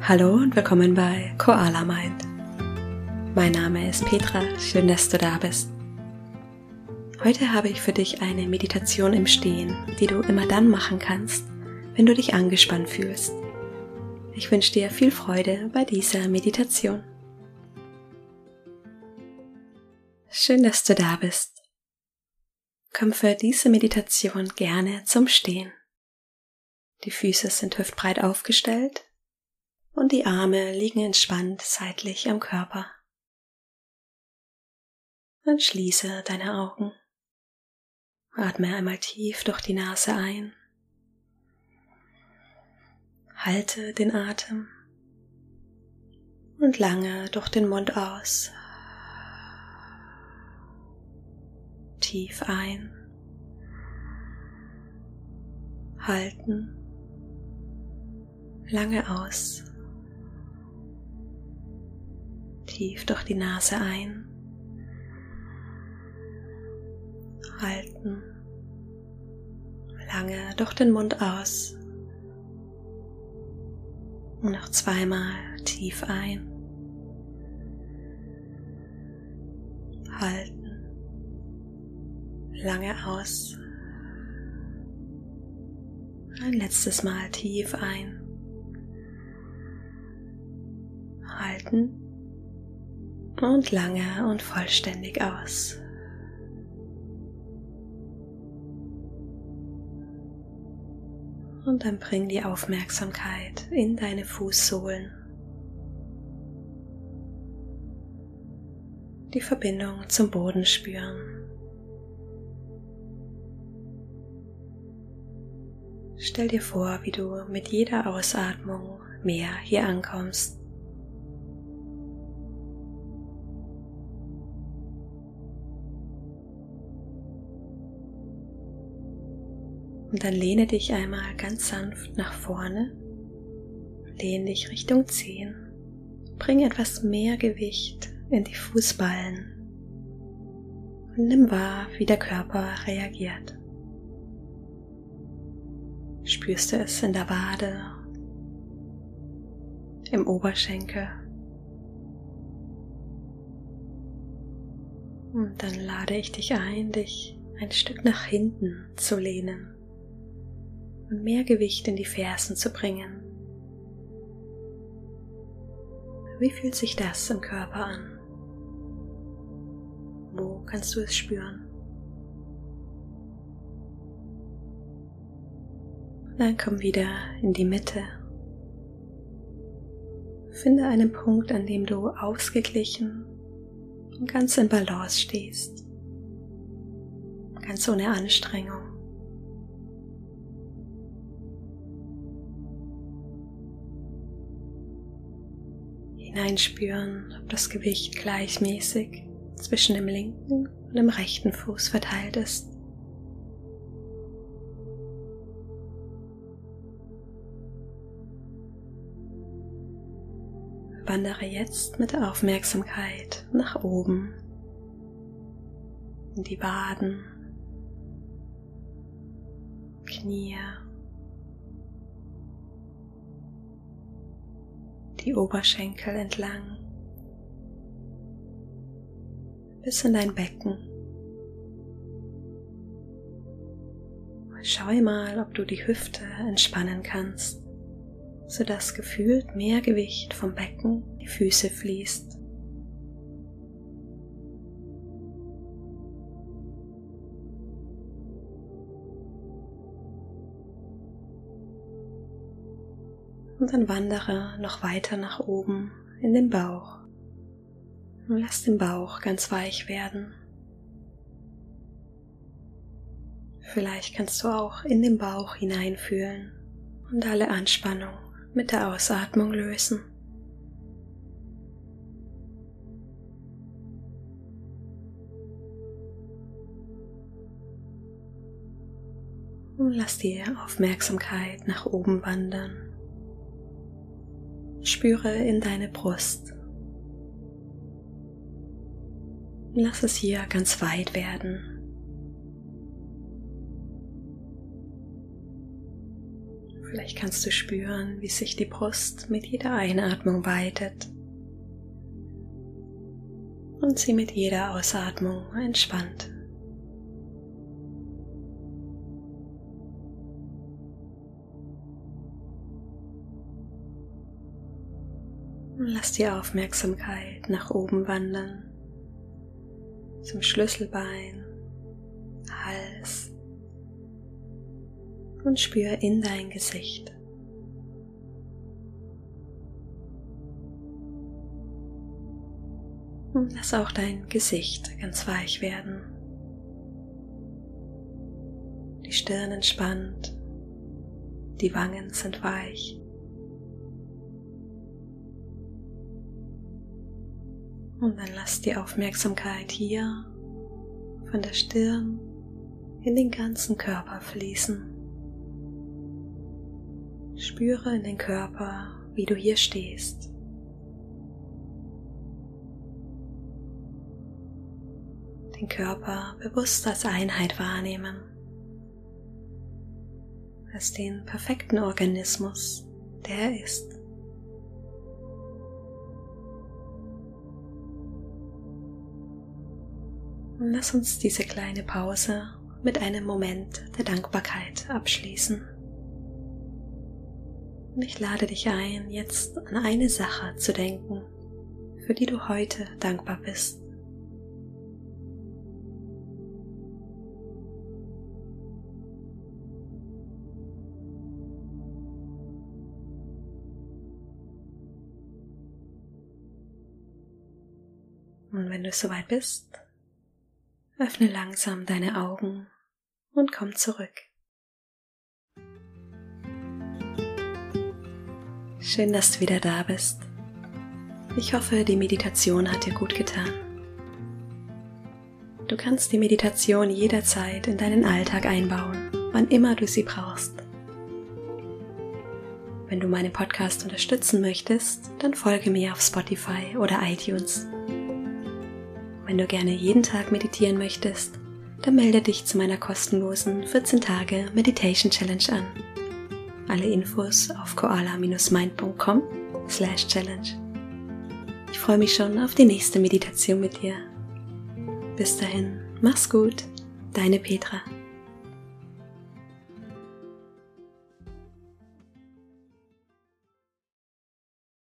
Hallo und willkommen bei Koala Mind. Mein Name ist Petra, schön, dass du da bist. Heute habe ich für dich eine Meditation im Stehen, die du immer dann machen kannst, wenn du dich angespannt fühlst. Ich wünsche dir viel Freude bei dieser Meditation. Schön, dass du da bist. Komm für diese Meditation gerne zum Stehen. Die Füße sind hüftbreit aufgestellt und die Arme liegen entspannt seitlich am Körper. Dann schließe deine Augen. Atme einmal tief durch die Nase ein. Halte den Atem und lange durch den Mund aus. Tief ein. Halten. Lange aus. Tief durch die Nase ein. Halten. Lange durch den Mund aus. Und noch zweimal tief ein. Halten. Lange aus. Ein letztes Mal tief ein. Halten. Und lange und vollständig aus. Und dann bring die Aufmerksamkeit in deine Fußsohlen. Die Verbindung zum Boden spüren. Stell dir vor, wie du mit jeder Ausatmung mehr hier ankommst. Und dann lehne dich einmal ganz sanft nach vorne, lehne dich Richtung Zehen, bring etwas mehr Gewicht in die Fußballen und nimm wahr, wie der Körper reagiert. Spürst du es in der Wade, im Oberschenkel? Und dann lade ich dich ein, dich ein Stück nach hinten zu lehnen und mehr Gewicht in die Fersen zu bringen. Wie fühlt sich das im Körper an? Wo kannst du es spüren? Dann komm wieder in die Mitte. Finde einen Punkt, an dem du ausgeglichen und ganz in Balance stehst. Ganz ohne Anstrengung. Hineinspüren, ob das Gewicht gleichmäßig zwischen dem linken und dem rechten Fuß verteilt ist. Wandere jetzt mit der Aufmerksamkeit nach oben in die Waden, Knie, die Oberschenkel entlang, bis in dein Becken. Schau mal, ob du die Hüfte entspannen kannst, sodass gefühlt mehr Gewicht vom Becken in die Füße fließt. Und dann wandere noch weiter nach oben in den Bauch und lass den Bauch ganz weich werden. Vielleicht kannst du auch in den Bauch hineinfühlen und alle Anspannung mit der Ausatmung lösen. Und lass die Aufmerksamkeit nach oben wandern. Spüre in deine Brust. Lass es hier ganz weit werden. Vielleicht kannst du spüren, wie sich die Brust mit jeder Einatmung weitet und sie mit jeder Ausatmung entspannt. Und lass die Aufmerksamkeit nach oben wandern, zum Schlüsselbein, Hals und spür in dein Gesicht. Und lass auch dein Gesicht ganz weich werden. Die Stirn entspannt, die Wangen sind weich. Und dann lass die Aufmerksamkeit hier von der Stirn in den ganzen Körper fließen. Spüre in den Körper, wie du hier stehst. Den Körper bewusst als Einheit wahrnehmen, als den perfekten Organismus, der er ist. Und lass uns diese kleine Pause mit einem Moment der Dankbarkeit abschließen. Und ich lade dich ein, jetzt an eine Sache zu denken, für die du heute dankbar bist. Und wenn du soweit bist, öffne langsam deine Augen und komm zurück. Schön, dass du wieder da bist. Ich hoffe, die Meditation hat dir gut getan. Du kannst die Meditation jederzeit in deinen Alltag einbauen, wann immer du sie brauchst. Wenn du meinen Podcast unterstützen möchtest, dann folge mir auf Spotify oder iTunes. Wenn du gerne jeden Tag meditieren möchtest, dann melde dich zu meiner kostenlosen 14 Tage Meditation Challenge an. Alle Infos auf koala-mind.com/challenge. Ich freue mich schon auf die nächste Meditation mit dir. Bis dahin, mach's gut, deine Petra.